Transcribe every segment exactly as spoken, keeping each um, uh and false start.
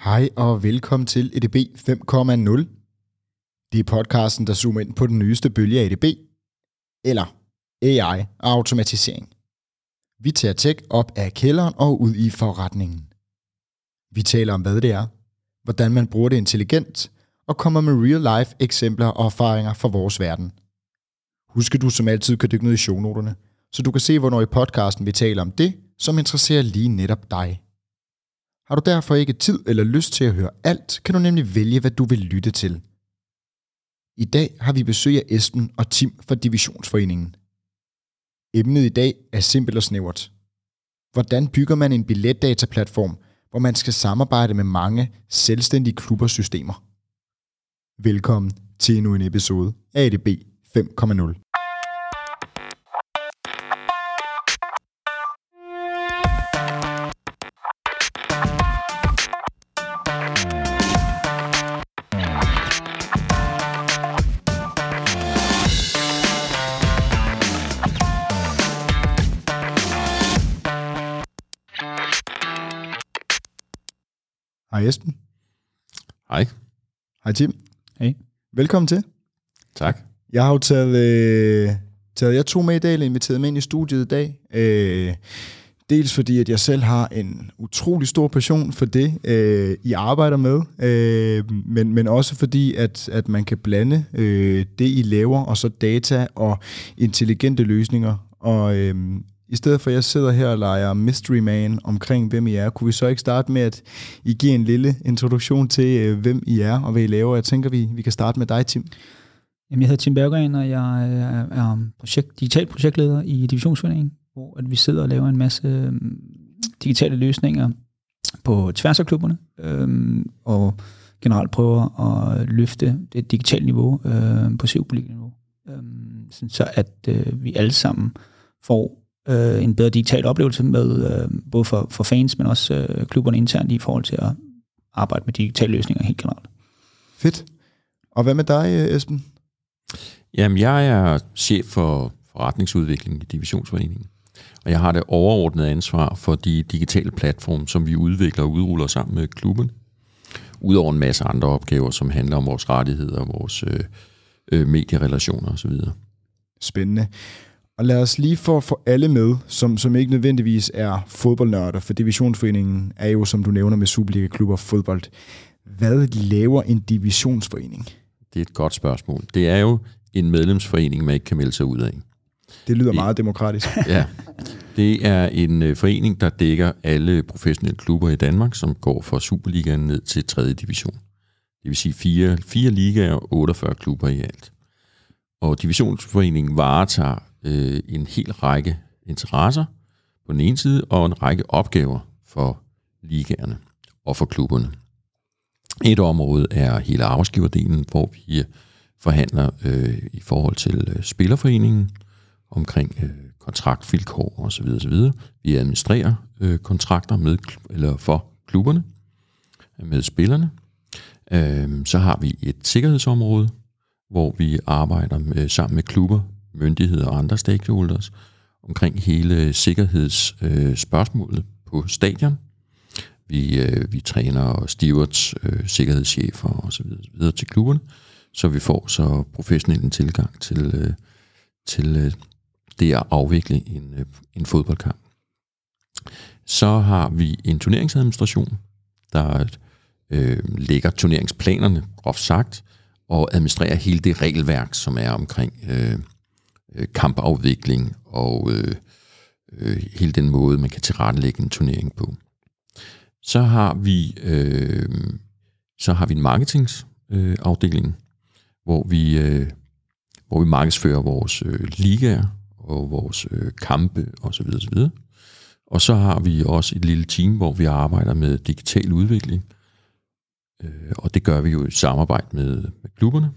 Hej og velkommen til E D B fem komma nul. Det er podcasten, der zoomer ind på den nyeste bølge af E D B, eller A I og automatisering. Vi tager tech op af kælderen og ud i forretningen. Vi taler om, hvad det er, hvordan man bruger det intelligent, og kommer med real-life eksempler og erfaringer fra vores verden. Husk, at du som altid kan dykke ned i shownoterne, så du kan se, hvornår i podcasten vi taler om det, som interesserer lige netop dig. Har du derfor ikke tid eller lyst til at høre alt, kan du nemlig vælge, hvad du vil lytte til. I dag har vi besøg af Esben og Tim fra Divisionsforeningen. Emnet i dag er simpelt og snævert. Hvordan bygger man en billetdataplatform, hvor man skal samarbejde med mange selvstændige klubbersystemer? Velkommen til endnu en episode af E D B fem komma nul. Hej Esben. Hej. Hej Tim. Hej. Velkommen til. Tak. Jeg har jo taget, øh, taget jeg to med i dag, eller inviteret med ind i studiet i dag. Øh, dels fordi, at jeg selv har en utrolig stor passion for det, øh, I arbejder med. Øh, men, men også fordi, at, at man kan blande øh, det, I laver, og så data og intelligente løsninger. Og øh, i stedet for, at jeg sidder her og leger Mystery Man omkring, hvem I er, kunne vi så ikke starte med, at I giver en lille introduktion til, øh, hvem I er og hvad I laver? Jeg tænker, vi, vi kan starte med dig, Tim. Jamen, jeg hedder Tim Berggren, og jeg er projekt, digital projektleder i Divisionsforeningen, hvor at vi sidder og laver en masse digitale løsninger på tværs af klubberne, øhm, og generelt prøver at løfte det digitale niveau øh, på C E O-niveau, øhm, så at øh, vi alle sammen får øh, en bedre digital oplevelse med øh, både for, for fans, men også øh, klubberne internt i forhold til at arbejde med digitale løsninger helt generelt. Fedt. Og hvad med dig, Esben? Jamen, jeg er chef for forretningsudvikling i Divisionsforeningen, og jeg har det overordnede ansvar for de digitale platforme, som vi udvikler og udruller sammen med klubben, udover en masse andre opgaver, som handler om vores rettigheder, vores øh, øh, medierelationer osv. Spændende. Og lad os lige få for alle med, som, som ikke nødvendigvis er fodboldnørder, for Divisionsforeningen er jo, som du nævner, med Superliga-klubber fodbold. Hvad laver en divisionsforening? Det er et godt spørgsmål. Det er jo en medlemsforening, man ikke kan melde sig ud af. Det lyder det, meget demokratisk. Ja, det er en uh, forening, der dækker alle professionelle klubber i Danmark, som går fra Superligaen ned til tredje division. Det vil sige fire, fire ligaer og otteogfyrre klubber i alt. Og Divisionsforeningen varetager øh, en hel række interesser på den ene side, og en række opgaver for ligaerne og for klubberne. Et område er hele arbejdsgiverdelen, hvor vi forhandler øh, i forhold til øh, spillerforeningen omkring øh, kontraktvilkår osv. osv. Vi administrerer øh, kontrakter med eller for klubberne med spillerne. Øh, så har vi et sikkerhedsområde, hvor vi arbejder med, sammen med klubber, myndigheder og andre stakeholders omkring hele sikkerhedsspørgsmålet øh, på stadion. Vi, øh, vi træner stewards, øh, sikkerhedschefer og så videre, videre til klubberne, så vi får så professionel en tilgang til, øh, til øh, det at afvikle en, øh, en fodboldkamp. Så har vi en turneringsadministration, der øh, lægger turneringsplanerne, groft sagt, og administrerer hele det regelværk, som er omkring øh, kampafvikling og øh, øh, hele den måde, man kan tilrettelægge en turnering på. Så har vi øh, så har vi en marketingsafdeling, øh, hvor vi øh, hvor vi markedsfører vores øh, ligaer og vores øh, kampe og så videre, så videre. Og så har vi også et lille team, hvor vi arbejder med digital udvikling, øh, og det gør vi jo i samarbejde med, med klubberne.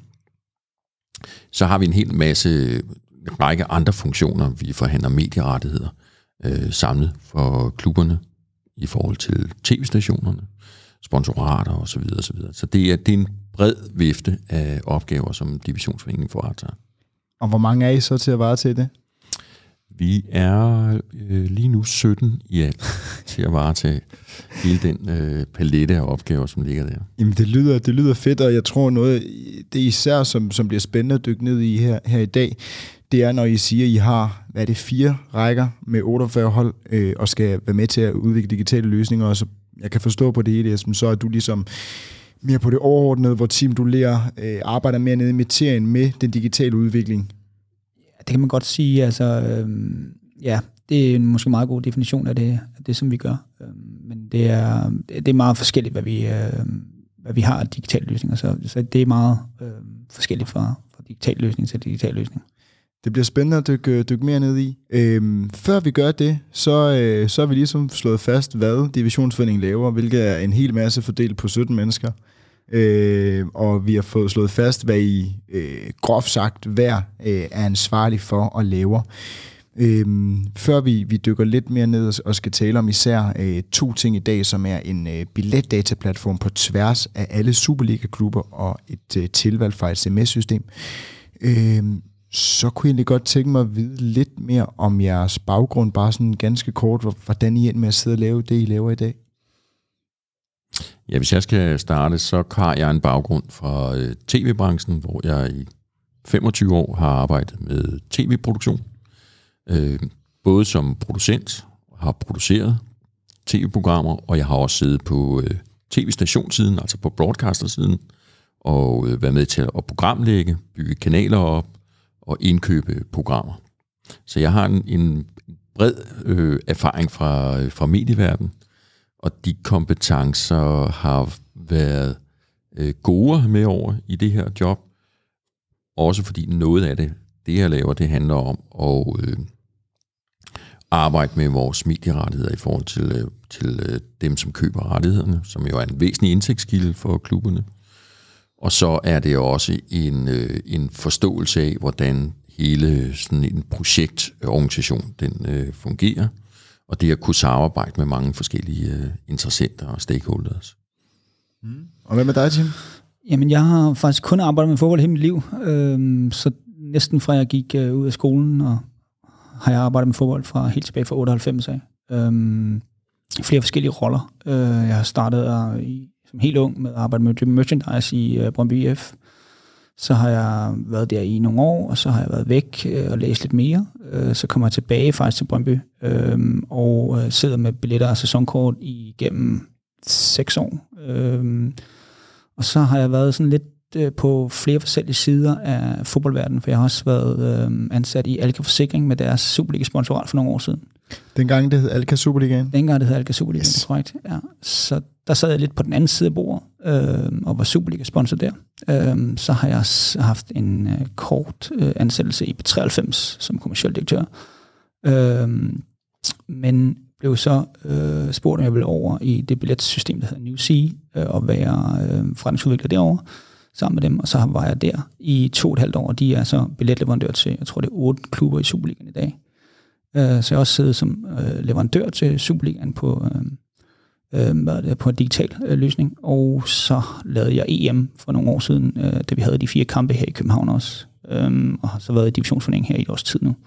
Så har vi en hel masse en række andre funktioner. Vi forhandler medierettigheder øh, samlet for klubberne i forhold til tv-stationerne, sponsorater osv. Så, videre, så, videre. Så det er, det er en bred vifte af opgaver, som Divisionsforeningen foretager. Og hvor mange er I så til at varetage det? Vi er øh, lige nu sytten i alt til at varetage hele den øh, palette af opgaver, som ligger der. Jamen, det lyder, det lyder fedt, og jeg tror noget, det især, som, som bliver spændende at dykke ned i her, her i dag, det er, når I siger, at I har, hvad er det, fire rækker med otteogfyrre hold, øh, og skal være med til at udvikle digitale løsninger, og så jeg kan forstå på det hele, så er du ligesom mere på det overordnede, hvor Team Du Lærer øh, arbejder mere nede i materien med den digitale udvikling. Ja, det kan man godt sige, altså, øh, ja, det er en måske meget god definition af det, af det som vi gør, øh, men det er, det er meget forskelligt, hvad vi, øh, hvad vi har af digitale løsninger, så, så det er meget øh, forskelligt fra, fra digital løsning til digital løsning. Det bliver spændende at dykke, dykke mere ned i. Øhm, før vi gør det, så, øh, så er vi ligesom slået fast, hvad Divisionsforeningen laver, hvilket er en hel masse fordelt på sytten mennesker. Øh, og vi har fået slået fast, hvad I øh, groft sagt hver øh, er ansvarlig for at lave. Øh, før vi, vi dykker lidt mere ned og skal tale om især øh, to ting i dag, som er en øh, billetdataplatform på tværs af alle Superliga-klubber og et øh, tilvalg fra et S M S-system. Øh, Så kunne jeg egentlig godt tænke mig at vide lidt mere om jeres baggrund, bare sådan ganske kort, hvordan I endte med at sidde og lave det, I laver i dag. Ja, hvis jeg skal starte, så har jeg en baggrund fra øh, tv-branchen, hvor jeg i femogtyve år har arbejdet med tv-produktion. Øh, både som producent, har produceret tv-programmer, og jeg har også siddet på øh, tv-stationssiden, altså på broadcastersiden, og øh, været med til at programlægge, bygge kanaler op, og indkøbe programmer. Så jeg har en, en bred øh, erfaring fra, fra medieverdenen, og de kompetencer har været øh, gode med over i det her job, også fordi noget af det, det jeg laver, det handler om at øh, arbejde med vores medierettigheder i forhold til, øh, til øh, dem, som køber rettighederne, som jo er en væsentlig indtægtskilde for klubberne. Og så er det også en, øh, en forståelse af, hvordan hele sådan en projektorganisation den øh, fungerer, og det at kunne samarbejde med mange forskellige øh, interessenter og stakeholders. Mm. Og hvad med dig, Tim? Jamen, jeg har faktisk kun arbejdet med fodbold hele mit liv, øhm, så næsten fra jeg gik øh, ud af skolen, og har jeg arbejdet med fodbold fra helt tilbage fra otteoghalvfems af. Øhm, flere forskellige roller. Øh, jeg har startet øh, i som helt ung med at arbejde med merchandise i uh, Brøndby I F. Så har jeg været der i nogle år, og så har jeg været væk uh, og læst lidt mere. Uh, så kommer jeg tilbage faktisk til Brøndby, uh, og uh, sidder med billetter og sæsonkort igennem seks år. Uh, og så har jeg været sådan lidt uh, på flere forskellige sider af fodboldverdenen, for jeg har også været uh, ansat i Alka Forsikring med deres Superliga-sponsorat for nogle år siden. Dengang det hed Alka Superligaen? Dengang det hed Alka Superligaen, yes. Det er korrekt. Ja. Så der sad jeg lidt på den anden side af bordet, øh, og var Superliga-sponsor der. Øh, så har jeg haft en øh, kort øh, ansættelse i B treoghalvfems som kommerciel direktør. Øh, men blev så øh, spurgt, om jeg ville over i det billetsystem, der hedder New Sea, øh, og være øh, forretningsudvikler derovre sammen med dem. Og så var jeg der i to og et halvt år, og de er så billetleverandør til, jeg tror det er otte klubber i Superligaen i dag. Så jeg har også siddet som øh, leverandør til Superligaen på, øh, øh, hvad er det, på en digital øh, løsning, og så lavede jeg E M for nogle år siden, øh, da vi havde de fire kampe her i København også, øh, og har så været i divisionsforeningen her i et års tid nu.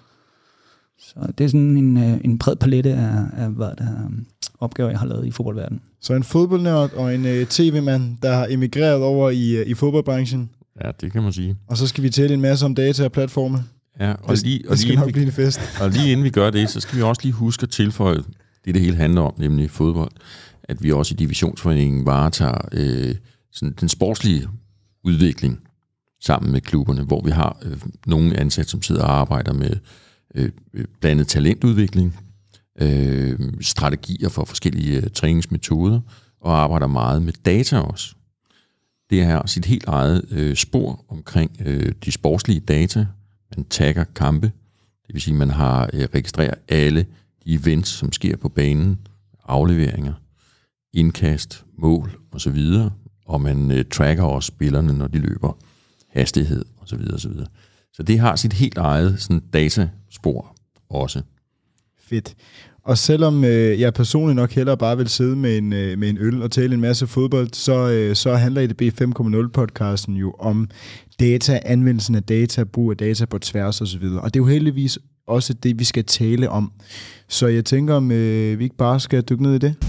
Så det er sådan en, øh, en bred palette af, af hvad der, øh, opgaver, jeg har lavet i fodboldverdenen. Så en fodboldnørd og en øh, tv-mand, der har emigreret over i, øh, i fodboldbranchen. Ja, det kan man sige. Og så skal vi tale en masse om data og platforme. Ja, og det, lige, og det skal lige nok vi, blive en fest. Og lige inden vi gør det, så skal vi også lige huske at tilføje det, det hele handler om, nemlig fodbold. At vi også i Divisionsforeningen varetager øh, sådan den sportslige udvikling sammen med klubberne, hvor vi har øh, nogle ansatte, som sidder og arbejder med øh, blandet talentudvikling, øh, strategier for forskellige øh, træningsmetoder, og arbejder meget med data også. Det har sit helt eget øh, spor omkring øh, de sportslige data. Man tagger kampe, det vil sige, at man har øh, registreret alle de events, som sker på banen, afleveringer, indkast, mål osv., og man øh, tracker også spillerne, når de løber, hastighed osv. osv. Så det har sit helt eget sådan, dataspor også. Fedt. Og selvom øh, jeg personligt nok hellere bare vil sidde med en, øh, med en øl og tale en masse fodbold, så, øh, så handler E D B fem komma nul-podcasten jo om data, anvendelsen af data, brug af data på tværs og så videre. Og det er jo heldigvis også det, vi skal tale om. Så jeg tænker, om øh, vi ikke bare skal dykke ned i det.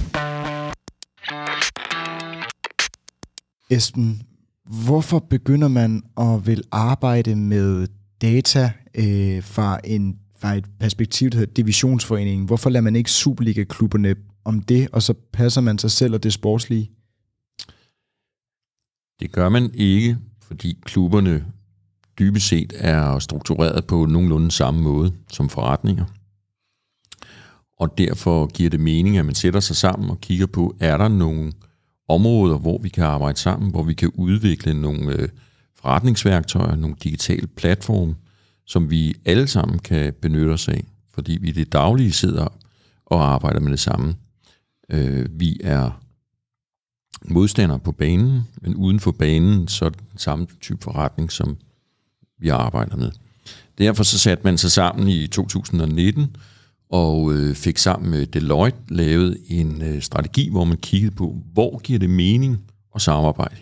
Esben, hvorfor begynder man at vil arbejde med data øh, fra, en, fra et perspektiv, der hedder divisionsforeningen? Hvorfor lader man ikke Superliga-klubberne om det, og så passer man sig selv og det sportslige? Det gør man ikke, fordi klubberne dybest set er struktureret på nogenlunde samme måde som forretninger. Og derfor giver det mening, at man sætter sig sammen og kigger på, er der nogle områder, hvor vi kan arbejde sammen, hvor vi kan udvikle nogle øh, forretningsværktøjer, nogle digitale platforme, som vi alle sammen kan benytte os af, fordi vi i det daglige sidder og arbejder med det samme. Øh, vi er modstandere på banen, men uden for banen, så er det den samme type forretning, som vi arbejder med. Derfor så satte man sig sammen i to tusind nitten, og øh, fik sammen med Deloitte lavet en øh, strategi, hvor man kiggede på, hvor giver det mening at samarbejde.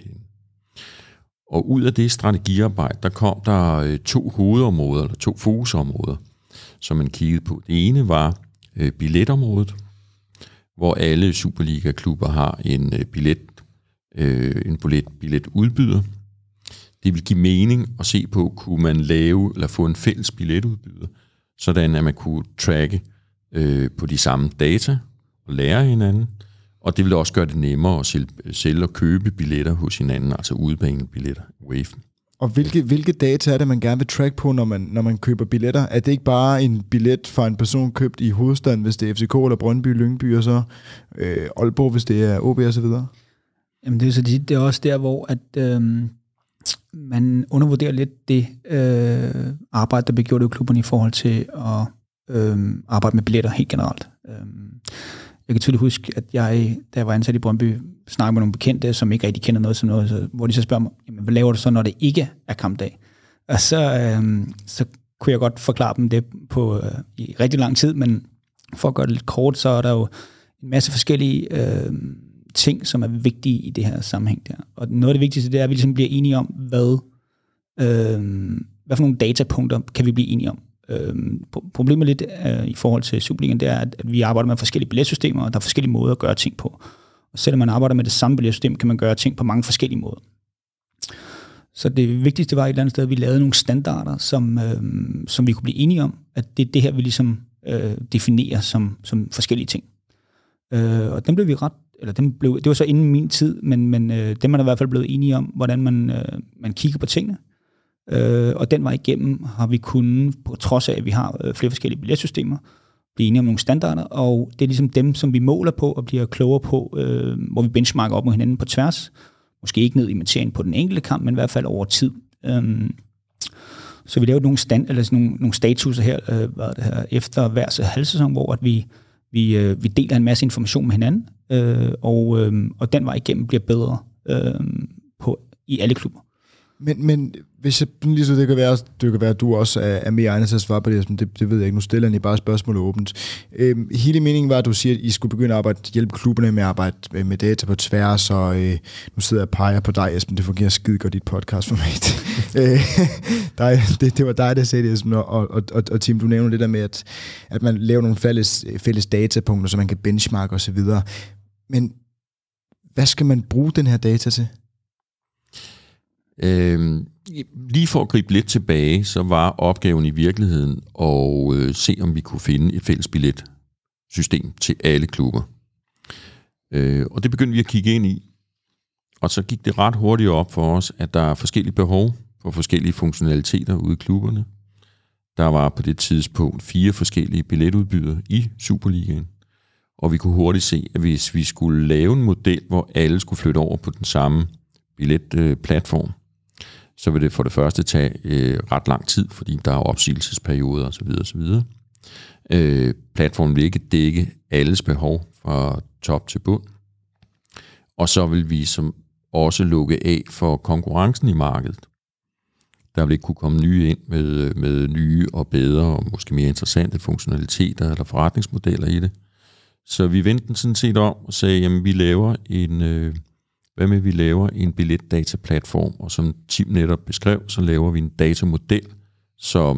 Og ud af det strategiarbejde, der kom der øh, to hovedområder, eller to fokusområder, som man kiggede på. Det ene var øh, billetområdet, hvor alle Superliga-klubber har en øh, billet, øh, en billet, billetudbyder. Det vil give mening at se på, kunne man lave eller få en fælles billetudbyder, sådan at man kunne tracke øh, på de samme data og lære hinanden. Og det vil også gøre det nemmere at sælge, sælge og købe billetter hos hinanden, altså udebanebilletter, wave. Og hvilke, hvilke data er det, man gerne vil track på, når man, når man køber billetter? Er det ikke bare en billet fra en person købt i hovedstaden, hvis det er F C K eller Brøndby, Lyngby og så øh, Aalborg, hvis det er O B og så videre? Jamen det er så det, det er også der, hvor at, øh, man undervurderer lidt det øh, arbejde, der bliver gjort i klubberne i forhold til at øh, arbejde med billetter helt generelt. Øh, Jeg kan tydeligt huske, at jeg, da jeg var ansat i Brøndby, snakkede med nogle bekendte, som ikke rigtig kender noget som noget, så, hvor de så spørger mig, jamen, hvad laver du så, når det ikke er kampdag? Og så, øhm, så kunne jeg godt forklare dem det på øh, i rigtig lang tid, men for at gøre det lidt kort, så er der jo en masse forskellige øh, ting, som er vigtige i det her sammenhæng der. Og noget af det vigtigste, det er, at vi ligesom bliver enige om, hvad, øh, hvad for nogle datapunkter kan vi blive enige om. Øhm, problemet lidt øh, i forhold til Superligaen, det er, at, at vi arbejder med forskellige billetsystemer, og der er forskellige måder at gøre ting på. Og selvom man arbejder med det samme billetsystem, kan man gøre ting på mange forskellige måder. Så det vigtigste var et eller andet sted, at vi lavede nogle standarder, som, øh, som vi kunne blive enige om, at det er det her, vi ligesom øh, definerer som, som forskellige ting. Øh, og dem blev vi ret, eller dem blev, det var så inden min tid, men, men øh, dem er der i hvert fald blevet enige om, hvordan man, øh, man kigger på tingene. Øh, og den vej igennem har vi kunnet, på trods af, at vi har øh, flere forskellige billetsystemer, blive enige om nogle standarder, og det er ligesom dem, som vi måler på og bliver klogere på, øh, hvor vi benchmarker op mod hinanden på tværs. Måske ikke ned i materien på den enkelte kamp, men i hvert fald over tid. Øh, så vi lavede nogle, stand, eller sådan nogle, nogle statuser her, øh, hvad det her efter hver halvsæson, hvor at vi, vi, øh, vi deler en masse information med hinanden, øh, og, øh, og den vej igennem bliver bedre øh, på, i alle klubber. Men, men hvis jeg lige så det kan være, det kan være, at du også er, er mere egnet til at svare på det, det, det ved jeg ikke, nu stiller jeg bare spørgsmålet åbent. Øhm, hele meningen var, at du siger, at I skulle begynde at arbejde, hjælpe klubberne med at arbejde med data på tværs, og øh, nu sidder jeg og peger på dig, Esben, det fungerer skide godt, dit podcastformat. dig, det, det var dig, der sagde det, Esben, og, og, og, og Tim, du nævner det der med, at, at man laver nogle fælles, fælles datapunkter, så man kan benchmarke osv. Men hvad skal man bruge den her data til? Øhm, lige for at gribe lidt tilbage, så var opgaven i virkeligheden at øh, se, om vi kunne finde et fælles billetsystem til alle klubber. Øh, og det begyndte vi at kigge ind i. Og så gik det ret hurtigt op for os, at der er forskellige behov for forskellige funktionaliteter ude i klubberne. Der var på det tidspunkt fire forskellige billetudbydere i Superligaen. Og vi kunne hurtigt se, at hvis vi skulle lave en model, hvor alle skulle flytte over på den samme billetplatform, så vil det for det første tage øh, ret lang tid, fordi der er opsigelsesperioder osv. osv. Øh, platformen vil ikke dække alles behov fra top til bund. Og så vil vi som også lukke af for konkurrencen i markedet. Der vil ikke kunne komme nye ind med, med nye og bedre og måske mere interessante funktionaliteter eller forretningsmodeller i det. Så vi vendte den sådan set om og sagde, jamen vi laver en... Øh, Hvad med, vi laver en billetdataplatform, og som Tim netop beskrev, så laver vi en datamodel, som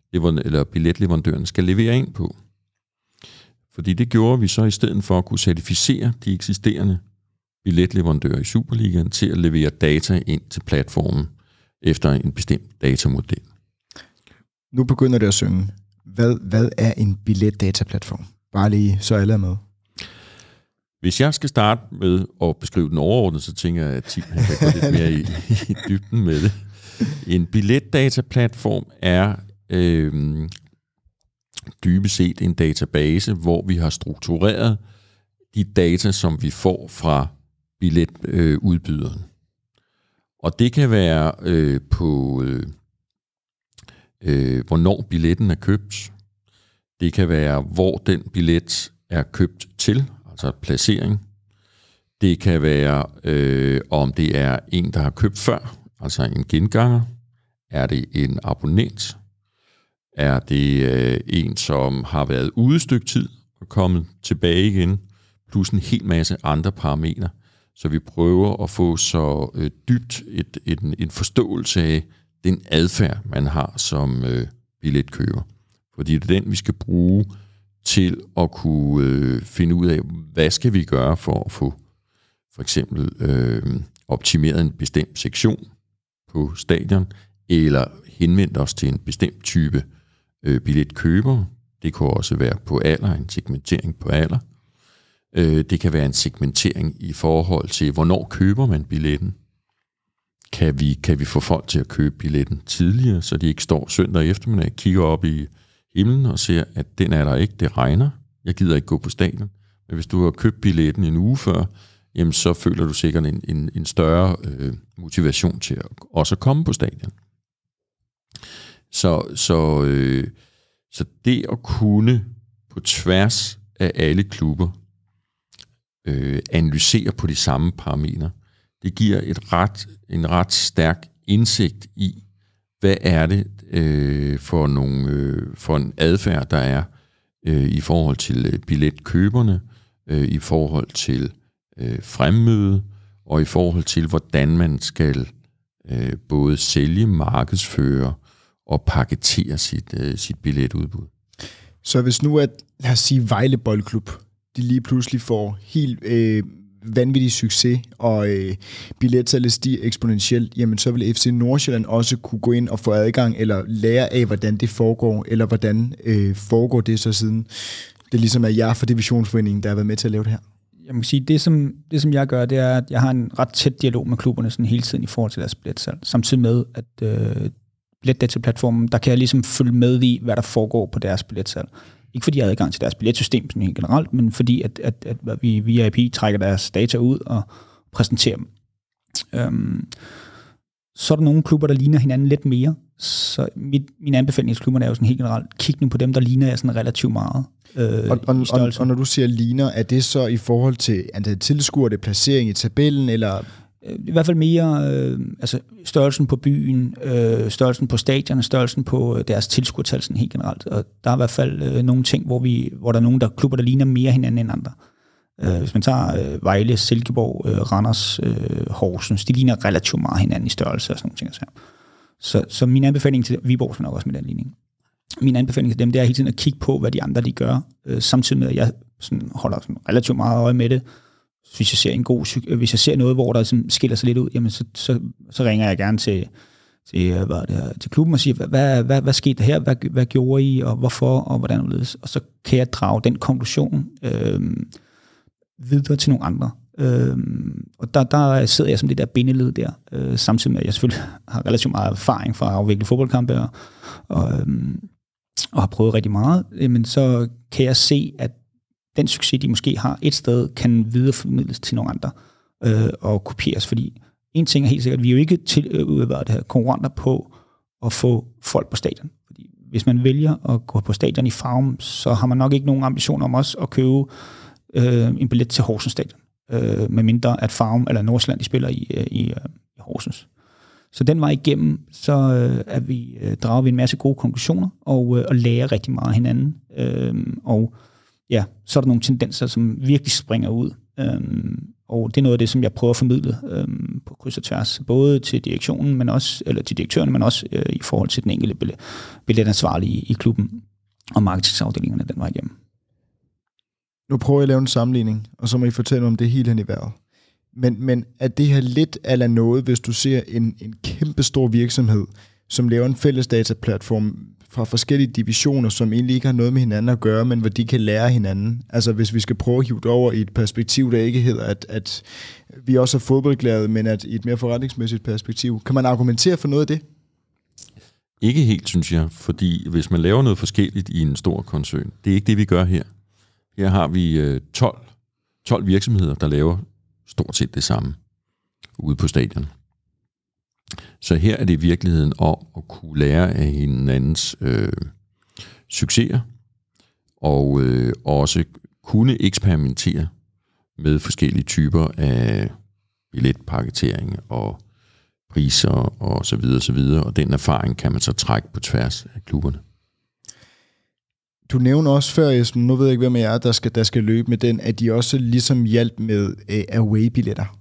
eller billetleverandøren skal levere ind på. Fordi det gjorde vi så i stedet for at kunne certificere de eksisterende billetleverandører i Superligaen til at levere data ind til platformen efter en bestemt datamodel. Nu begynder det at synge. Hvad, hvad er en billetdataplatform? Bare lige, så alle er med. Hvis jeg skal starte med at beskrive den overordnet, så tænker jeg, at Tim han kan gå lidt mere i, i dybden med det. En billetdataplatform er øh, dybest set en database, hvor vi har struktureret de data, som vi får fra billetudbyderen. Øh, og det kan være øh, på, øh, øh, hvornår billetten er købt. Det kan være, hvor den billet er købt til, altså placering. Det kan være, øh, om det er en, der har købt før, altså en genganger. Er det en abonnent? Er det øh, en, som har været ude et stykke tid og kommet tilbage igen? Plus en hel masse andre parametre. Så vi prøver at få så øh, dybt et, et, en forståelse af den adfærd, man har som øh, billetkøber. Fordi det er den, vi skal bruge til at kunne øh, finde ud af, hvad skal vi gøre for at få for eksempel øh, optimeret en bestemt sektion på stadion, eller henvendt os til en bestemt type øh, billetkøber. Det kan også være på alder, en segmentering på alder. Øh, det kan være en segmentering i forhold til, hvornår køber man billetten. Kan vi, kan vi få folk til at købe billetten tidligere, så de ikke står søndag eftermiddag, kigger op i himlen og ser, at den er der ikke, det regner. Jeg gider ikke gå på stadion. Men hvis du har købt billetten en uge før, jamen så føler du sikkert en, en, en større øh, motivation til at også komme på stadion. Så, så, øh, så det at kunne på tværs af alle klubber øh, analysere på de samme parametre, det giver et ret, en ret stærk indsigt i, hvad er det øh, for, nogle, øh, for en adfærd, der er øh, i forhold til øh, billetkøberne, øh, i forhold til øh, fremmøde, og i forhold til, hvordan man skal øh, både sælge, markedsføre og paketere sit, øh, sit billetudbud. Så hvis nu, at lad os sige Vejle Boldklub, de lige pludselig får helt øh, vanvittig succes, og øh, billetsalget stiger eksponentielt, jamen så vil F C Nordsjælland også kunne gå ind og få adgang, eller lære af, hvordan det foregår, eller hvordan øh, foregår det så siden det ligesom er jer fra Divisionsforeningen, der har været med til at lave det her. Jeg må sige, det som, det som jeg gør, det er, at jeg har en ret tæt dialog med klubberne sådan hele tiden i forhold til deres billetsalg, samtidig med, at øh, billetdataplatformen, der kan jeg ligesom følge med i, hvad der foregår på deres billetsalg. Ikke fordi jeg har adgang til deres billetsystem sådan helt generelt, men fordi at, at, at vi via I P trækker deres data ud og præsenterer dem. Øhm, så er der nogle klubber, der ligner hinanden lidt mere. Så mit, min anbefaling til klubberne er jo sådan helt generelt, kig nu på dem, der ligner sådan relativt meget. Øh, og, og, og, og når du siger ligner, er det så i forhold til antal tilskuere, det placering i tabellen, eller... I hvert fald mere øh, altså størrelsen på byen, øh, størrelsen på stadion, størrelsen på deres tilskuertal sådan helt generelt. Og der er i hvert fald øh, nogle ting, hvor, vi, hvor der er nogle der klubber, der ligner mere hinanden end andre. Øh, hvis man tager øh, Vejle, Silkeborg, øh, Randers, øh, Horsens, de ligner relativt meget hinanden i størrelse og sådan nogle ting. Så, så, så min anbefaling til Viborg er nok også med den ligning. Min anbefaling til dem, det er hele tiden at kigge på, hvad de andre de gør, øh, samtidig med, at jeg sådan, holder sådan relativt meget øje med det. Hvis jeg ser en god, hvis jeg ser noget, hvor der sådan skiller sig lidt ud, jamen så, så, så ringer jeg gerne til, til, hvad det her, til klubben og siger, hvad, hvad, hvad skete der her, hvad, hvad gjorde I, og hvorfor, og hvordan det ledes. Og så kan jeg drage den konklusion øh, videre til nogle andre. Øh, og der, der sidder jeg som det der bindeled der, øh, samtidig med, at jeg selvfølgelig har relativt meget erfaring fra at afvikle fodboldkampe, og, og, øh, og har prøvet rigtig meget, men så kan jeg se, at den succes, de måske har et sted, kan videreformidles til nogle andre øh, og kopieres, fordi en ting er helt sikkert, vi er jo ikke til øh, det her konkurrenter på at få folk på stadion. Fordi hvis man vælger at gå på stadion i Farum, så har man nok ikke nogen ambition om også at købe øh, en billet til Horsens stadion, øh, medmindre at Farum eller Nordsjælland, de spiller i, øh, i, øh, i Horsens. Så den vej igennem, så øh, er vi, øh, drager vi en masse gode konklusioner og, øh, og lærer rigtig meget af hinanden. Øh, og ja, så er der nogle tendenser, som virkelig springer ud. Øhm, og det er noget af det, som jeg prøver at formidle øh, på kryds og tværs, både til direktionen, men også, eller til direktøren, men også øh, i forhold til den enkelte billet, billetansvarlige i, i klubben og marketingsafdelingerne den vej igennem. Nu prøver jeg at lave en sammenligning, og så må I fortælle mig, om det er helt hen i vejret. Men, men er det her lidt eller noget, hvis du ser en, en kæmpe stor virksomhed, som laver en fælles dataplatform fra forskellige divisioner, som egentlig ikke har noget med hinanden at gøre, men hvor de kan lære hinanden. Altså hvis vi skal prøve at hive det over i et perspektiv, der ikke hedder, at, at vi også er fodboldglade, men at i et mere forretningsmæssigt perspektiv. Kan man argumentere for noget af det? Ikke helt, synes jeg, fordi hvis man laver noget forskelligt i en stor koncern, det er ikke det, vi gør her. Her har vi tolv, tolv virksomheder, der laver stort set det samme ude på stadion. Så her er det i virkeligheden om at kunne lære af hinandens øh, succeser, og øh, også kunne eksperimentere med forskellige typer af billetpakketering og priser og så videre, så videre, og den erfaring kan man så trække på tværs af klubberne. Du nævner også før, Esben, nu ved jeg ikke, hvem jeg er, der skal, der skal løbe med den, at de også ligesom hjalp med uh, away-billetter.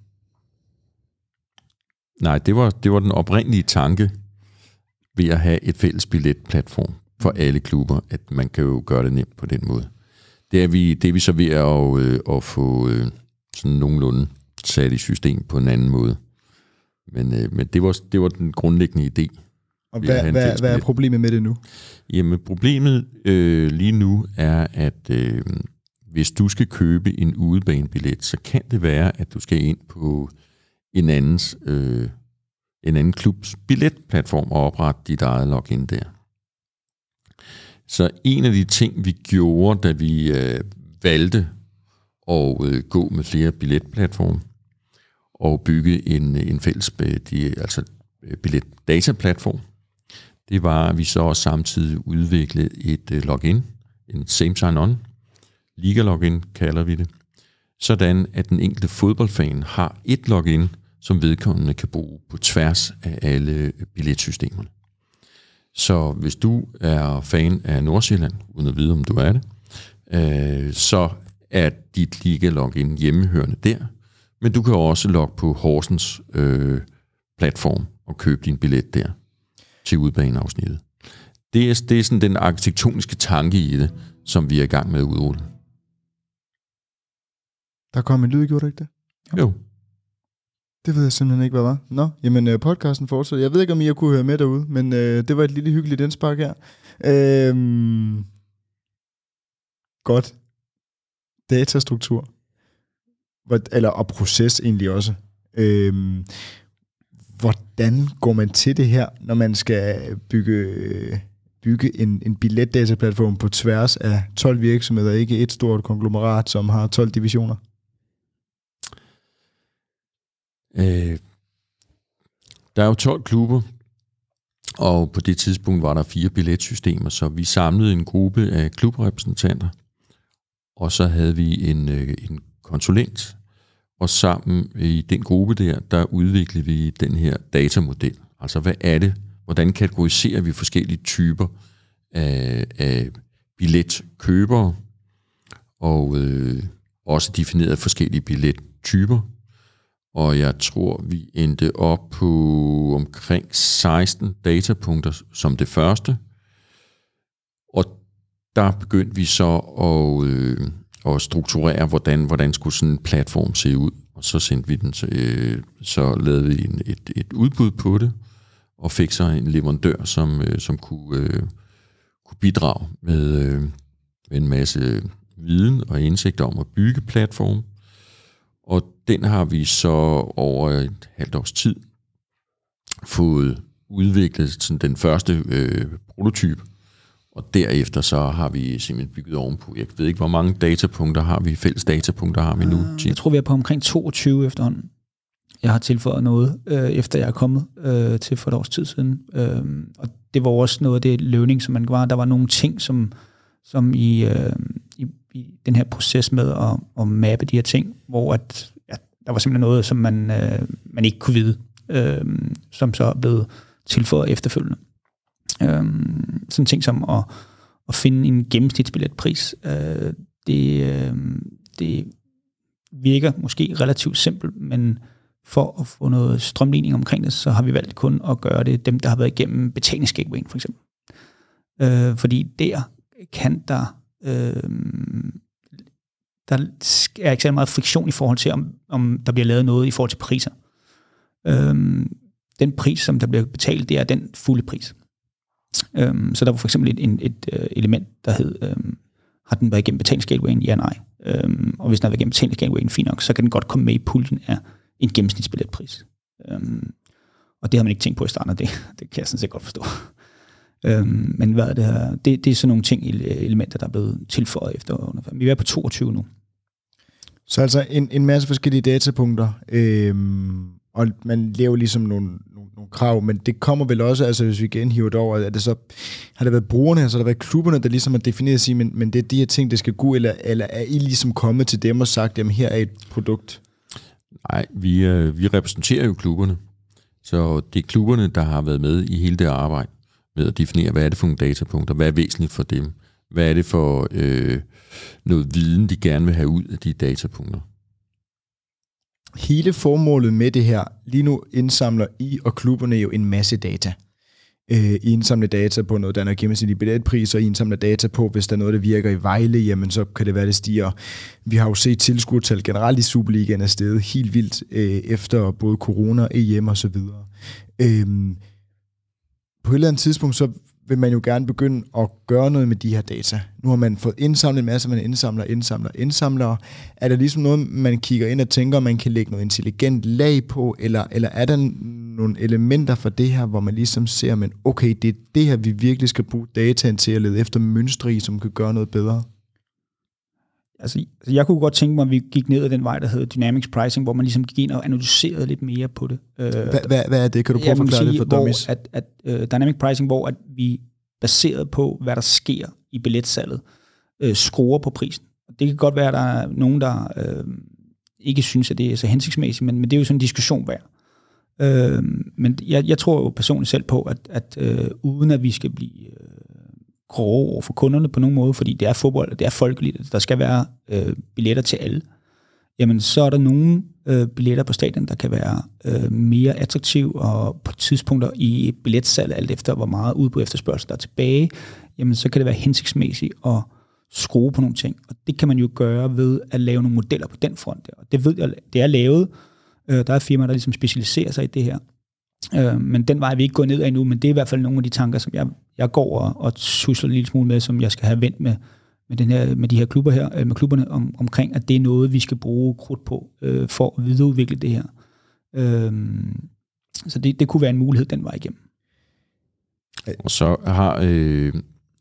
Nej, det var, det var den oprindelige tanke ved at have et fælles billetplatform for alle klubber, at man kan jo gøre det nemt på den måde. Det er vi, det er vi så ved at, øh, at få øh, sådan nogenlunde sat i system på en anden måde. Men, øh, men det, var, det var den grundlæggende idé. Og hvad, hvad, hvad er problemet med det nu? Jamen problemet øh, lige nu er, at øh, hvis du skal købe en udebanebillet, så kan det være, at du skal ind på en andens øh, en anden klubs billetplatform og oprette dit eget login der. Så en af de ting, vi gjorde, da vi øh, valgte at øh, gå med flere billetplatforme og bygge en, en fælles de, altså billetdataplatform, det var, at vi så også samtidig udviklede et øh, login, en same sign-on, liga-login kalder vi det, sådan at den enkelte fodboldfan har et login, som vedkommende kan bruge på tværs af alle billetsystemerne. Så hvis du er fan af Nordsjælland, uden at vide, om du er det, øh, så er dit liga-login hjemmehørende der, men du kan også logge på Horsens øh, platform og købe din billet der til udbaneafsnittet. Det er, det er sådan den arkitektoniske tanke i det, som vi er i gang med at udrulle. Der kom en lyd, gjorde det ikke det? Jo. Det ved jeg simpelthen ikke, hvad var. Nå, jamen podcasten fortsætter. Jeg ved ikke, om I har kunne høre med derude, men øh, det var et lille hyggeligt indspark her. Øhm, godt. Datastruktur. Eller og proces egentlig også. Øhm, hvordan går man til det her, når man skal bygge, bygge en, en billetdataplatform på tværs af tolv virksomheder, ikke et stort konglomerat, som har tolv divisioner? Øh, der er jo tolv klubber, og på det tidspunkt var der fire billetsystemer, så vi samlede en gruppe af klubrepræsentanter, og så havde vi en, en konsulent, og sammen i den gruppe der, der udviklede vi den her datamodel. Altså hvad er det? Hvordan kategoriserer vi forskellige typer af, af billetkøbere, og øh, også defineret forskellige billettyper. Og jeg tror, vi endte op på omkring seksten datapunkter som det første. Og der begyndte vi så at, øh, at strukturere, hvordan, hvordan skulle sådan en platform se ud. Og så sendte vi den, så, øh, så lavede vi en, et, et udbud på det, og fik så en leverandør, som, øh, som kunne, øh, kunne bidrage med, øh, med en masse viden og indsigt om at bygge platform. Og den har vi så over et halvt års tid fået udviklet sådan den første øh, prototype, og derefter så har vi simpelthen bygget ovenpå. Jeg ved ikke, hvor mange datapunkter har vi, fælles datapunkter har vi nu, Jim? Jeg tror, vi er på omkring toogtyve efterhånden. Jeg har tilføjet noget, øh, efter jeg er kommet øh, til for et års tid siden. Øh, og det var også noget af det løvning, som man var. Der var nogle ting, som, som i, øh, i, i den her proces med at, at mappe de her ting, hvor at, ja, der var simpelthen noget, som man, øh, man ikke kunne vide, øh, som så er blevet tilføjet efterfølgende. Øh, sådan ting som at, at finde en gennemsnitsbilletpris. Øh, det, øh, det virker måske relativt simpelt, men for at få noget strømligning omkring det, så har vi valgt kun at gøre det dem, der har været igennem betalingsgatewayen, for eksempel. Øh, fordi der kan der... Øh, der er ikke så meget friktion i forhold til, om, om der bliver lavet noget i forhold til priser. Øhm, den pris, som der bliver betalt, det er den fulde pris. Øhm, så der var for eksempel et, et, et element, der hed, øhm, har den været igennem betalingsgatewayen? Ja, nej. Øhm, og hvis den har været igennem betalingsgatewayen, fint nok, så kan den godt komme med i puljen af en gennemsnitsbilletpris. Øhm, og det har man ikke tænkt på i starten, og det, det kan jeg sådan set godt forstå. øhm, men hvad er det her? Det, det er sådan nogle ting, elementer, der er blevet tilføjet efter. Vi er på toogtyve nu. Så altså en, en masse forskellige datapunkter, øhm, og man laver ligesom nogle, nogle, nogle krav, men det kommer vel også, altså hvis vi genhiver det over, er det så, har det været brugerne, altså har det været klubberne, der ligesom har defineret at sige, men, men det er de her ting, det skal gå, eller, eller er I ligesom kommet til dem og sagt, jamen her er et produkt? Nej, vi, øh, vi repræsenterer jo klubberne, så det er klubberne, der har været med i hele det arbejde med at definere, hvad er det for nogle datapunkter, hvad er væsentligt for dem, hvad er det for øh, noget viden, de gerne vil have ud af de datapunkter. Hele formålet med det her, lige nu indsamler I og klubberne jo en masse data. Øh, I indsamler data på noget, der er noget gennemsnitlige billetpriser, I indsamler data på, hvis der er noget, der virker i Vejle, jamen så kan det være, det stiger. Vi har jo set tilskuertal generelt i Superligaen er steget helt vildt øh, efter både corona, E M og så videre. Øh, på et eller andet tidspunkt, så vil man jo gerne begynde at gøre noget med de her data. Nu har man fået indsamlet en masse, man indsamler, indsamler, indsamler. Er der ligesom noget, man kigger ind og tænker, man kan lægge noget intelligent lag på, eller, eller er der nogle elementer for det her, hvor man ligesom ser, men okay, det er det her, vi virkelig skal bruge dataen til at lede efter mønstre i, som kan gøre noget bedre? Altså, jeg kunne godt tænke mig, at vi gik ned ad den vej, der hedder Dynamics Pricing, hvor man ligesom gik ind og analyserede lidt mere på det. Hvad, hvad, hvad er det? Kan du prøve at forklare det for dummies? At, at, uh, Dynamic Pricing, hvor at vi baseret på, hvad der sker i billetsalget, uh, skruer på prisen. Det kan godt være, at der er nogen, der uh, ikke synes, at det er så hensigtsmæssigt, men, men det er jo sådan en diskussion værd. Uh, men jeg, jeg tror jo personligt selv på, at, at uh, uden at vi skal blive uh, grove over for kunderne på nogen måde, fordi det er fodbold, det er folkeligt, der skal være øh, billetter til alle, jamen så er der nogle øh, billetter på stadion, der kan være øh, mere attraktiv, og på tidspunkter i billetsalg, alt efter hvor meget udbud efterspørgsel der er tilbage, jamen så kan det være hensigtsmæssigt at skrue på nogle ting. Og det kan man jo gøre ved at lave nogle modeller på den front. Og det ved jeg, det er lavet. Øh, der er firmaer, der ligesom specialiserer sig i det her. Øh, men den vej er vi ikke gået ned af endnu, men det er i hvert fald nogle af de tanker, som jeg, jeg går og, og susler en lille smule med, som jeg skal have vendt med, med, den her, med de her klubber her, øh, med klubberne om, omkring, at det er noget, vi skal bruge krudt på, øh, for at videreudvikle det her. Øh, så det, det kunne være en mulighed den vej igennem. Og så har øh,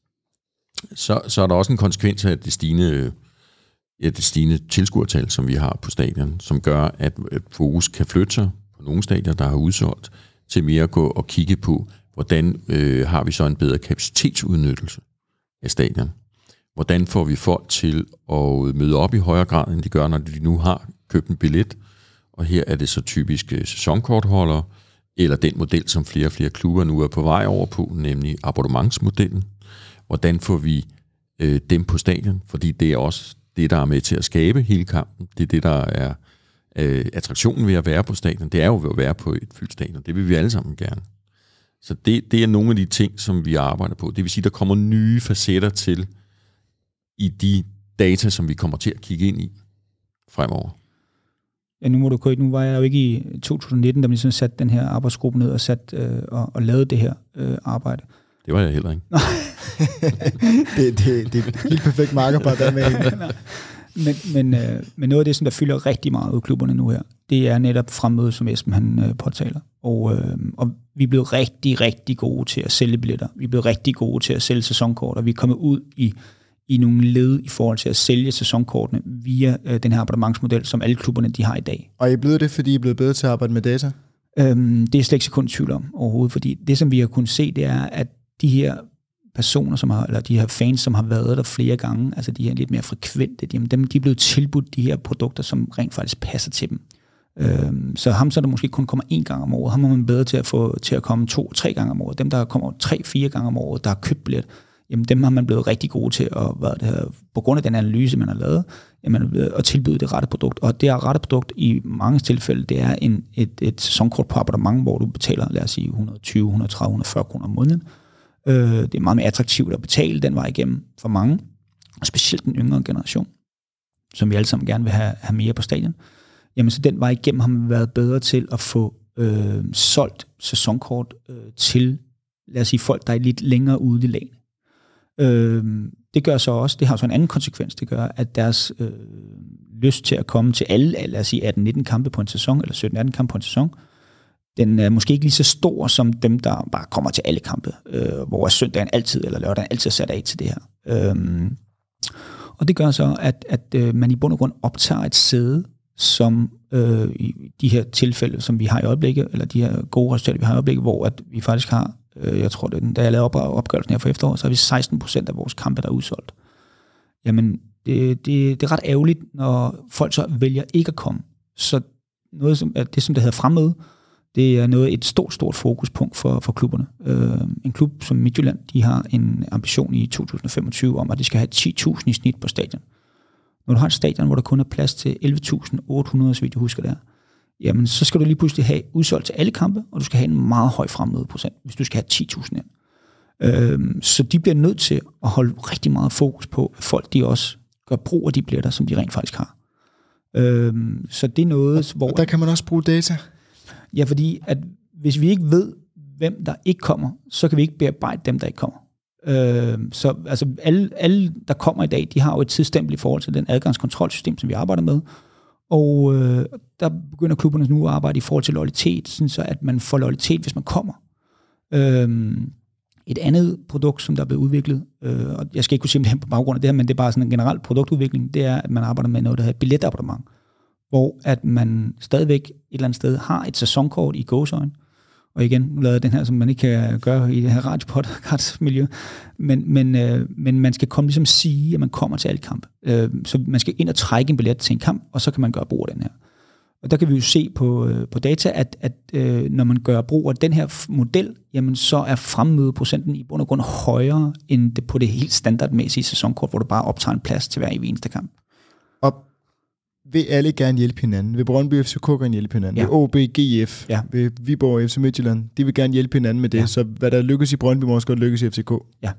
så, så er der også en konsekvens af det stigende, ja, det stigende tilskuertal, som vi har på stadion, som gør, at fokus kan flytte sig på nogle stadier, der har udsolgt, til mere at gå og kigge på, hvordan øh, har vi så en bedre kapacitetsudnyttelse af stadion. Hvordan får vi folk til at møde op i højere grad, end de gør, når de nu har købt en billet. Og her er det så typisk sæsonkortholdere, eller den model, som flere og flere klubber nu er på vej over på, nemlig abonnementsmodellen. Hvordan får vi øh, dem på stadion? Fordi det er også det, der er med til at skabe hele kampen. Det er det, der er øh, attraktionen ved at være på stadion. Det er jo ved at være på et fyldt stadion. Det vil vi alle sammen gerne. Så det, det er nogle af de ting, som vi arbejder på. Det vil sige, der kommer nye facetter til i de data, som vi kommer til at kigge ind i fremover. Ja, nu må du nu var jeg jo ikke i to tusind nitten, da man ligesom satte den her arbejdsgruppe ned og, sat, øh, og, og lavede det her øh, arbejde. Det var jeg heller ikke. det, det, det er et helt perfekt markerpar der med. men, men, øh, men noget af det, som der fylder rigtig meget ud af klubberne nu her, det er netop fremmøde, som Esben han øh, påtaler. Og, øh, og vi er blevet rigtig, rigtig gode til at sælge billetter. Vi er blevet rigtig gode til at sælge sæsonkort, og vi er kommet ud i i nogle led i forhold til at sælge sæsonkortene via øh, den her abonnementsmodel, som alle klubberne de har i dag. Og er I blevet det, fordi I er blevet bedre til at arbejde med data? Øhm, det er slet ikke sekund tvivl om overhovedet, fordi det, som vi har kunnet se, det er, at de her personer, som har, eller de her fans, som har været der flere gange, altså de her lidt mere frekvente, de, dem, de er blevet tilbudt de her produkter, som rent faktisk passer til dem. Øhm, så ham, så der måske kun kommer én gang om året, ham er man bedre til at få til at komme to, tre gange om året. Dem, der kommer tre, fire gange om året, der har købt billet, jamen dem har man blevet rigtig gode til, at, hvad det her, på grund af den analyse, man har lavet, jamen, at tilbyde det rette produkt. Og det rette produkt i mange tilfælde, det er en, et, et sæsonkort på abonnement, hvor du betaler, lad os sige, et hundrede og tyve, et hundrede og tredive, et hundrede og fyrre kroner om måneden. Øh, det er meget mere attraktivt at betale den vej igennem for mange, og specielt den yngre generation, som vi alle sammen gerne vil have, have mere på stadion. Jamen så den vej igennem har man været bedre til at få øh, solgt sæsonkort øh, til, lad os sige, folk, der er lidt længere ude i lagen. Øh, det gør så også, det har så en anden konsekvens, det gør, at deres øh, lyst til at komme til alle, lad os sige atten nitten kampe på en sæson, eller sytten atten kampe på en sæson, den er måske ikke lige så stor som dem, der bare kommer til alle kampe, øh, hvor søndagen altid, eller lørdagen altid er sat af til det her. Øh, og det gør så, at, at øh, man i bund og grund optager et sæde, som øh, i de her tilfælde, som vi har i øjeblikket, eller de her gode resultater, vi har i øjeblikket, hvor at vi faktisk har, øh, jeg tror, det, da jeg lavede op, opgørelsen her for efteråret, så har vi seksten procent af vores kampe, der er udsolgt. Jamen, det, det, det er ret ærgerligt, når folk så vælger ikke at komme. Så noget, som, det, som der hedder fremmøde, det er noget et stort, stort fokuspunkt for, for klubberne. Øh, en klub som Midtjylland, de har en ambition i to tusind femogtyve om, at de skal have ti tusind i snit på stadion. Når du har et stadion, hvor der kun er plads til elleve tusind otte hundrede, så vidt jeg husker det er, jamen så skal du lige pludselig have udsolgt til alle kampe, og du skal have en meget høj fremmødeprocent, hvis du skal have ti tusind ind. Øhm, så de bliver nødt til at holde rigtig meget fokus på, at folk de også gør brug af de billetter, som de rent faktisk har. Øhm, så det er noget, og, hvor... Og der kan man også bruge data? Ja, fordi at hvis vi ikke ved, hvem der ikke kommer, så kan vi ikke bearbejde dem, der ikke kommer. Øh, så altså alle, alle, der kommer i dag, de har jo et tidsstempel i forhold til den adgangskontrolsystem, som vi arbejder med. Og øh, der begynder klubberne nu at arbejde i forhold til loyalitet, sådan så at man får loyalitet, hvis man kommer. Øh, et andet produkt, som der er blevet udviklet, øh, og jeg skal ikke kunne sige det på baggrund af det her, men det er bare sådan en generel produktudvikling, det er, at man arbejder med noget, der hedder et billetabonnement, hvor at man stadigvæk et eller andet sted har et sæsonkort i gåseøjne. Og igen, nu lavede jeg den her, som man ikke kan gøre i det her radiopodcast-miljø, men, men, øh, men man skal komme ligesom sige, at man kommer til alle kampe. Øh, så man skal ind og trække en billet til en kamp, og så kan man gøre brug af den her. Og der kan vi jo se på, øh, på data, at, at øh, når man gør brug af den her model, jamen så er fremmødeprocenten i bund og grund højere end det på det helt standardmæssige sæsonkort, hvor du bare optager en plads til hver eneste kamp. Og vil alle gerne hjælpe hinanden? Vil Brøndby F C K gerne hjælpe hinanden? Ja. Vil O B, G F, ja. Vil Viborg F C Midtjylland, de vil gerne hjælpe hinanden med det. Ja. Så hvad der lykkes i Brøndby, må også godt lykkes i F C K. Ja.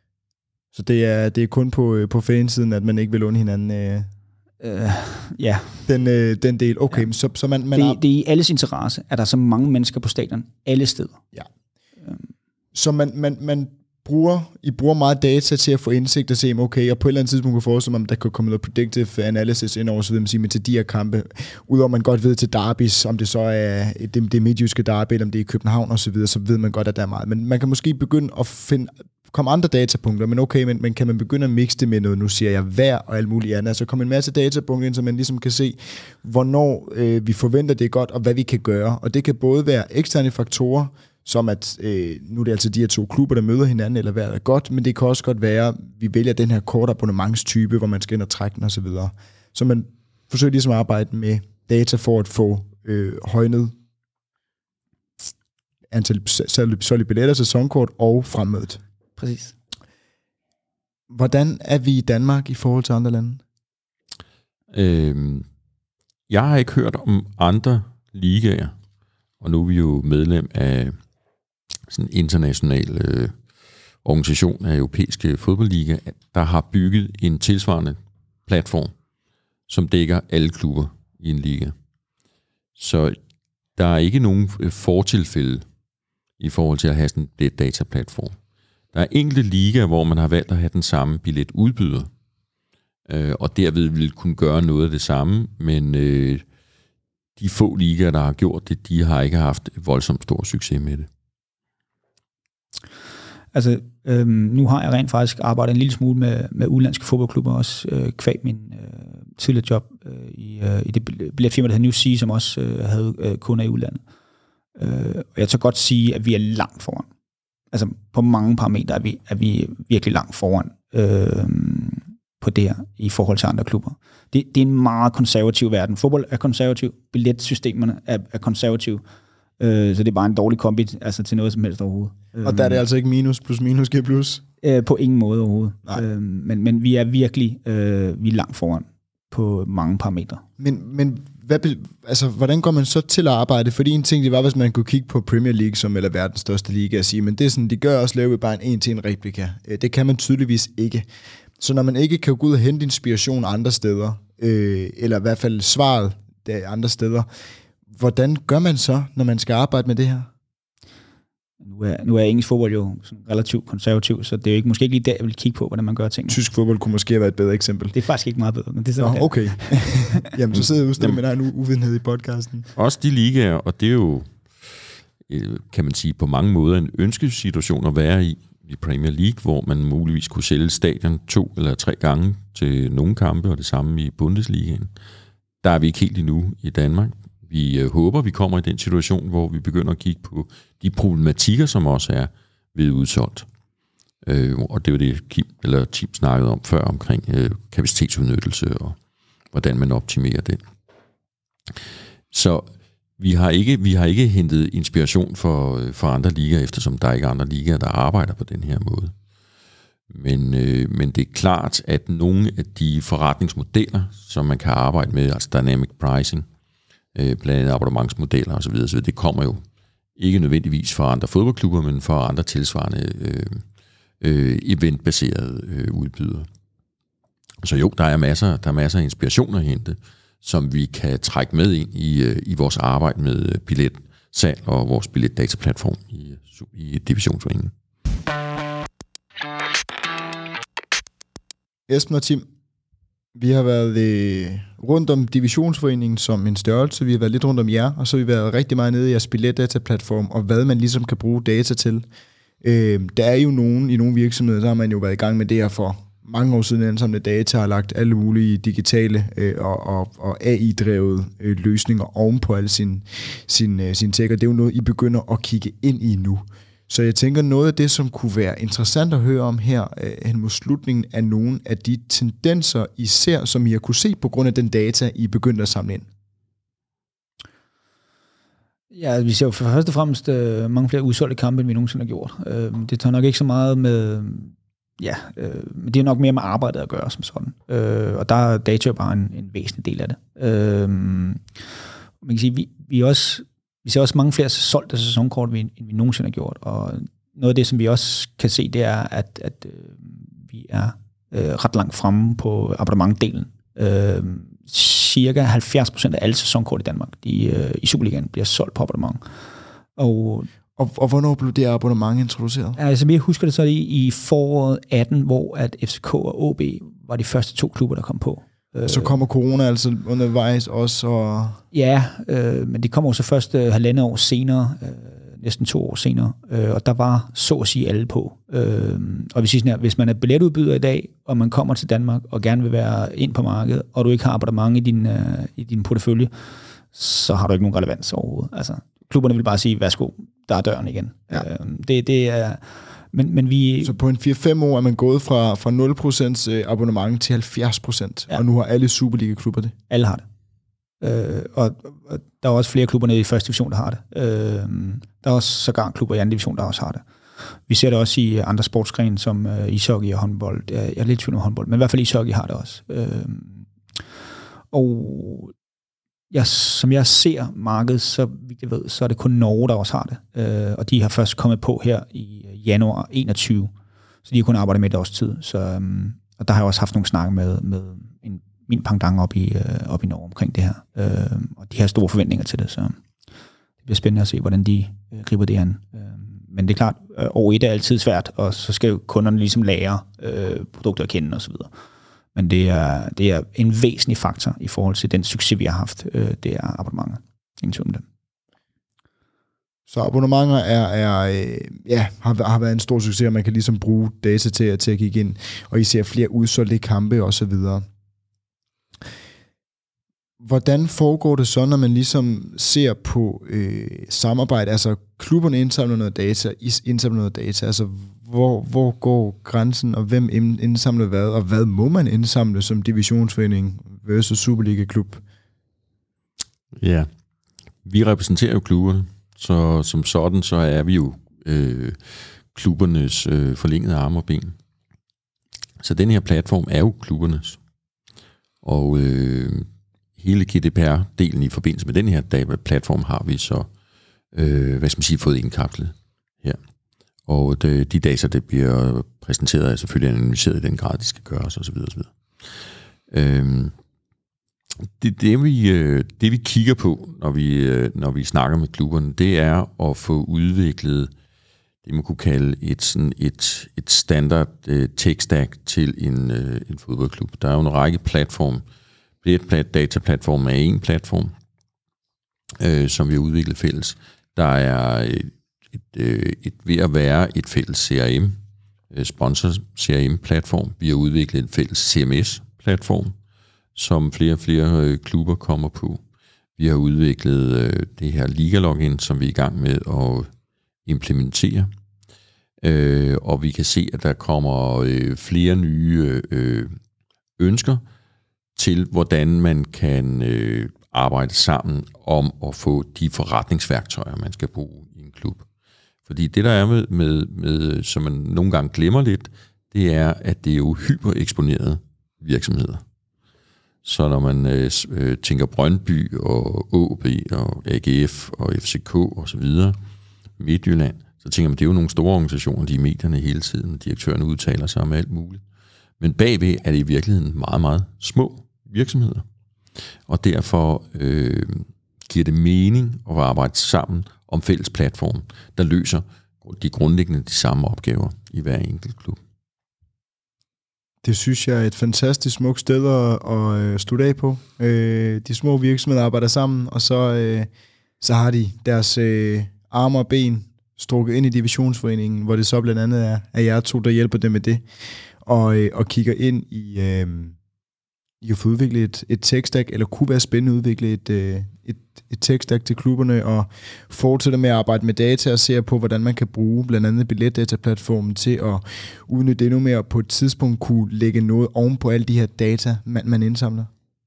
Så det er, det er kun på, på fansiden, at man ikke vil låne hinanden øh, øh, ja. den, øh, den del. Okay, ja. så, så man... man det, har... det er i alles interesse, at der er så mange mennesker på stadion, alle steder. Ja. Øhm. Så man, man, man bruger, I bruger meget data til at få indsigt og se, okay, og på et eller andet tidspunkt kan forestille mig, at der kan komme noget predictive analysis ind over, så vil man sige, men til de her kampe, udover man godt ved til derbys, om det så er det, det midtjyske derby, eller om det er i København og så videre, så ved man godt, at der er meget. Men man kan måske begynde at finde, komme andre datapunkter, men okay, men, men kan man begynde at mixe det med noget, nu siger jeg vejr og alt muligt andet, så kommer en masse datapunkter ind, så man ligesom kan se, hvornår øh, vi forventer det godt, og hvad vi kan gøre. Og det kan både være eksterne faktorer, som at, øh, nu er det altså de her to klubber, der møder hinanden, eller hvad er godt, men det kan også godt være, at vi vælger den her kort abonnementstype, hvor man skal ind og trække den osv. Så, så man forsøger ligesom at arbejde med data for at få øh, højnet antal solgte billetter, sæsonkort og fremmødet. Præcis. Hvordan er vi i Danmark i forhold til andre lande? Øhm, jeg har ikke hørt om andre ligaer, og nu er vi jo medlem af sådan en international øh, organisation af europæiske fodboldliga, der har bygget en tilsvarende platform, som dækker alle klubber i en liga. Så der er ikke nogen fortilfælde i forhold til at have sådan et dataplatform. Der er enkelte ligaer, hvor man har valgt at have den samme billetudbyder, øh, og derved vil kunne gøre noget af det samme, men øh, de få ligaer, der har gjort det, de har ikke haft voldsomt stor succes med det. Altså, øhm, nu har jeg rent faktisk arbejdet en lille smule med, med udenlandske fodboldklubber, også øh, kvæg min øh, tidligere job øh, i, øh, i det billetfirma, der hedder New Sea, som også øh, havde øh, kunder i udlandet. Øh, og jeg tør godt sige, at vi er langt foran. Altså, på mange parametre er vi, er vi virkelig langt foran øh, på det her, i forhold til andre klubber. Det, det er en meget konservativ verden. Fodbold er konservativ, billetsystemerne er, er konservative. Øh, så det er bare en dårlig kombi altså til noget som helst overhovedet. Og der er det altså ikke minus plus minus giver plus? Øh, på ingen måde overhovedet. Øh, men, men vi er virkelig øh, vi er langt foran på mange parametre. Men, men hvad, altså, hvordan går man så til at arbejde? Fordi en ting, det var, hvis man kunne kigge på Premier League, som er verdens største liga, og sige, men det er sådan, de gør også lave bare en en-til-en replika. Det kan man tydeligvis ikke. Så når man ikke kan gå ud og hente inspiration andre steder, øh, eller i hvert fald svaret der andre steder, hvordan gør man så, når man skal arbejde med det her? Nu er, nu er engelsk fodbold jo sådan relativt konservativ, så det er jo ikke, måske ikke lige der, jeg vil kigge på, hvordan man gør ting. Tysk fodbold kunne måske være et bedre eksempel. Det er faktisk ikke meget bedre, men det er så Nå, okay. Jamen, så sidder jeg udstået med en uvidenhed i podcasten. Også de ligaer, og det er jo, kan man sige, på mange måder en ønskesituation at være i, i Premier League, hvor man muligvis kunne sælge stadion to eller tre gange til nogle kampe, og det samme i Bundesligaen. Der er vi ikke helt endnu i Danmark. Vi øh, håber, vi kommer i den situation, hvor vi begynder at kigge på de problematikker, som også er ved udsolgt. Øh, og det var det, Kim, eller Tim snakkede om før, omkring øh, kapacitetsudnyttelse og hvordan man optimerer den. Så vi har ikke, vi har ikke hentet inspiration for, for andre ligaer, eftersom der er ikke andre ligaer, der arbejder på den her måde. Men, øh, men det er klart, at nogle af de forretningsmodeller, som man kan arbejde med, altså dynamic pricing, øh, blandt andet abonnementsmodeller osv., så det kommer jo ikke nødvendigvis fra andre fodboldklubber, men fra andre tilsvarende øh, øh, eventbaserede øh, udbydere. Så jo, der er masser, der er masser af inspiration at hente, som vi kan trække med ind i, øh, i vores arbejde med billetsalg og vores billetdataplatform i, i divisionsforeningen. Esben og Tim, vi har været øh, rundt om divisionsforeningen som en størrelse, vi har været lidt rundt om jer, og så har vi været rigtig meget nede i jeres billetdataplatform, og hvad man ligesom kan bruge data til. Øh, der er jo nogen, i nogle virksomheder, der har man jo været i gang med det her for mange år siden, indsamle data og lagt alle mulige digitale øh, og, og, og A I-drevet øh, løsninger oven på alle sine sin, øh, sin tech, og det er jo noget, I begynder at kigge ind i nu. Så jeg tænker, noget af det, som kunne være interessant at høre om her øh, hen mod slutningen, er nogle af de tendenser, I ser, som I har kunne se på grund af den data, I begyndte at samle ind. Ja, vi ser jo for først og fremmest øh, mange flere udsolgte kampe, end vi nogensinde har gjort. Øh, det tager nok ikke så meget med... Ja, øh, men det er nok mere med arbejdet at gøre som sådan. Øh, og der er data jo bare en, en væsentlig del af det. Øh, man kan sige, vi, vi også... Vi ser også mange flere solgte sæsonkort, end vi nogensinde har gjort, og noget af det, som vi også kan se, det er, at, at øh, vi er øh, ret langt fremme på abonnementdelen. Øh, cirka halvfjerds procent af alle sæsonkort i Danmark de, øh, i Superligaen bliver solgt på abonnement. Og, og, og hvornår blev det abonnement introduceret? Altså, jeg husker det så i, i foråret atten, hvor at F C K og O B var de første to klubber, der kom på. Så kommer corona altså undervejs også? Og... Ja, øh, men det kommer jo så først øh, halvandet år senere, øh, næsten to år senere, øh, og der var så at sige alle på. Øh, og hvis, sådan her, hvis man er billetudbyder i dag, og man kommer til Danmark og gerne vil være ind på markedet, og du ikke har abonnement i din, øh, i din portefølje, så har du ikke nogen relevans overhovedet. Altså, klubberne vil bare sige, værsgo, der er døren igen. Ja. Øh, det, det er... Men, men vi... Så på en fire fem år er man gået fra, fra nul procent abonnement til halvfjerds procent, ja. Og nu har alle Superliga-klubber det. Alle har det. Øh, og, og der er også flere klubber nede i første division, der har det. Øh, der er også sågar klubber i anden division, der også har det. Vi ser det også i andre sportsgrene, som uh, ishockey og håndbold. Jeg er lidt tvivl om håndbold, men i hvert fald ishockey har det også. Øh, og jeg, som jeg ser markedet, så vidt jeg ved, så er det kun Norge, der også har det. Øh, og de har først kommet på her i januar enogtyve. Så de har kun arbejdet med et års tid. Så, um, og der har jeg også haft nogle snakke med, med en, min pendant op i, uh, op i Norge omkring det her. Øh, og de har store forventninger til det, så det bliver spændende at se, hvordan de uh, griber det an. Øh, men det er klart, uh, år et er altid svært, og så skal jo kunderne ligesom lære uh, produkter at kende osv. Men det er, det er en væsentlig faktor i forhold til den succes, vi har haft. Uh, det er abonnementer. Ingen tvivl om det. Så abonnementer er, er, ja, har, har været en stor succes, og man kan ligesom bruge data til, til at kigge ind, og I ser flere udsolgte kampe og så videre. Hvordan foregår det så, når man ligesom ser på øh, samarbejde, altså klubberne indsamler noget data, I indsamler noget data, altså hvor, hvor går grænsen, og hvem indsamler hvad, og hvad må man indsamle som divisionsforening versus Superliga-klub? Ja, vi repræsenterer jo klubberne, Så som sådan, så er vi jo øh, klubbernes øh, forlængede arme og ben. Så den her platform er jo klubbernes. Og øh, hele G D P R-delen i forbindelse med den her platform har vi så øh, hvad skal man sige, fået indkapslet her. Og de, de data, der bliver præsenteret, er selvfølgelig analyseret i den grad, de skal gøres osv. osv. Øhm, det, det, vi, det vi kigger på, når vi, når vi snakker med klubberne, det er at få udviklet det, man kunne kalde et, sådan et, et standard uh, tech-stack til en, uh, en fodboldklub. Der er jo en række platform. Plat dataplatform er en platform, uh, som vi har udviklet fælles. Der er et, et, et, ved at være et fælles C R M, sponsor C R M-platform. Vi har udviklet en fælles C M S-platform, som flere og flere øh, klubber kommer på. Vi har udviklet øh, det her Liga-login, som vi er i gang med at implementere. Øh, og vi kan se, at der kommer øh, flere nye øh, ønsker til, hvordan man kan øh, arbejde sammen om at få de forretningsværktøjer, man skal bruge i en klub. Fordi det, der er med, med, med som man nogle gange glemmer lidt, det er, at det er jo hypereksponerede virksomheder. Så når man øh, tænker Brøndby og A B og A G F og F C K og så videre, Midtjylland, så tænker man, det er jo nogle store organisationer, de er i medierne hele tiden, direktørerne udtaler sig om alt muligt. Men bagved er det i virkeligheden meget, meget små virksomheder. Og derfor øh, giver det mening at arbejde sammen om fælles platform, der løser de grundlæggende de samme opgaver i hver enkelt klub. Det synes jeg er et fantastisk smukt sted at, at slutte af på. Øh, de små virksomheder arbejder sammen, og så, øh, så har de deres øh, arme og ben strukket ind i divisionsforeningen, hvor det så blandt andet er, er jer to, der hjælper dem med det, og, øh, og kigger ind i, øh, i at få udviklet et, et tech-stack, eller kunne være spændende at udvikle et, øh, et, et tech-stack til klubberne, og fortsætter med at arbejde med data og ser på, hvordan man kan bruge blandt andet billetdataplatformen til at udnytte endnu mere, og på et tidspunkt kunne lægge noget oven på alle de her data, man, man indsamler.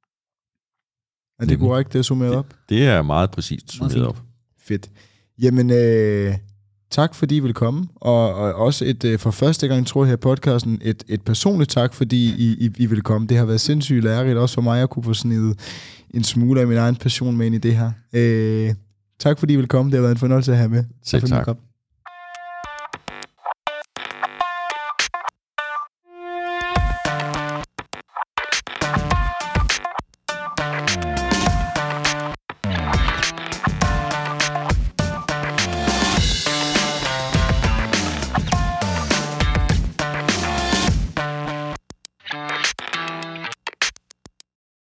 Er det Nemlig. korrekt, det er summeret op? Det, det er meget præcist summeret op. Fedt. Jamen, øh, tak fordi I vil komme, og, og også et, øh, for første gang, tror jeg her i podcasten, et, et personligt tak, fordi I, I, I vil komme. Det har været sindssygt lærerigt, også for mig at kunne få snedet en smule af min egen passion med ind i det her. Øh, tak fordi I vil komme, det har været en fornøjelse at have med. Selv tak.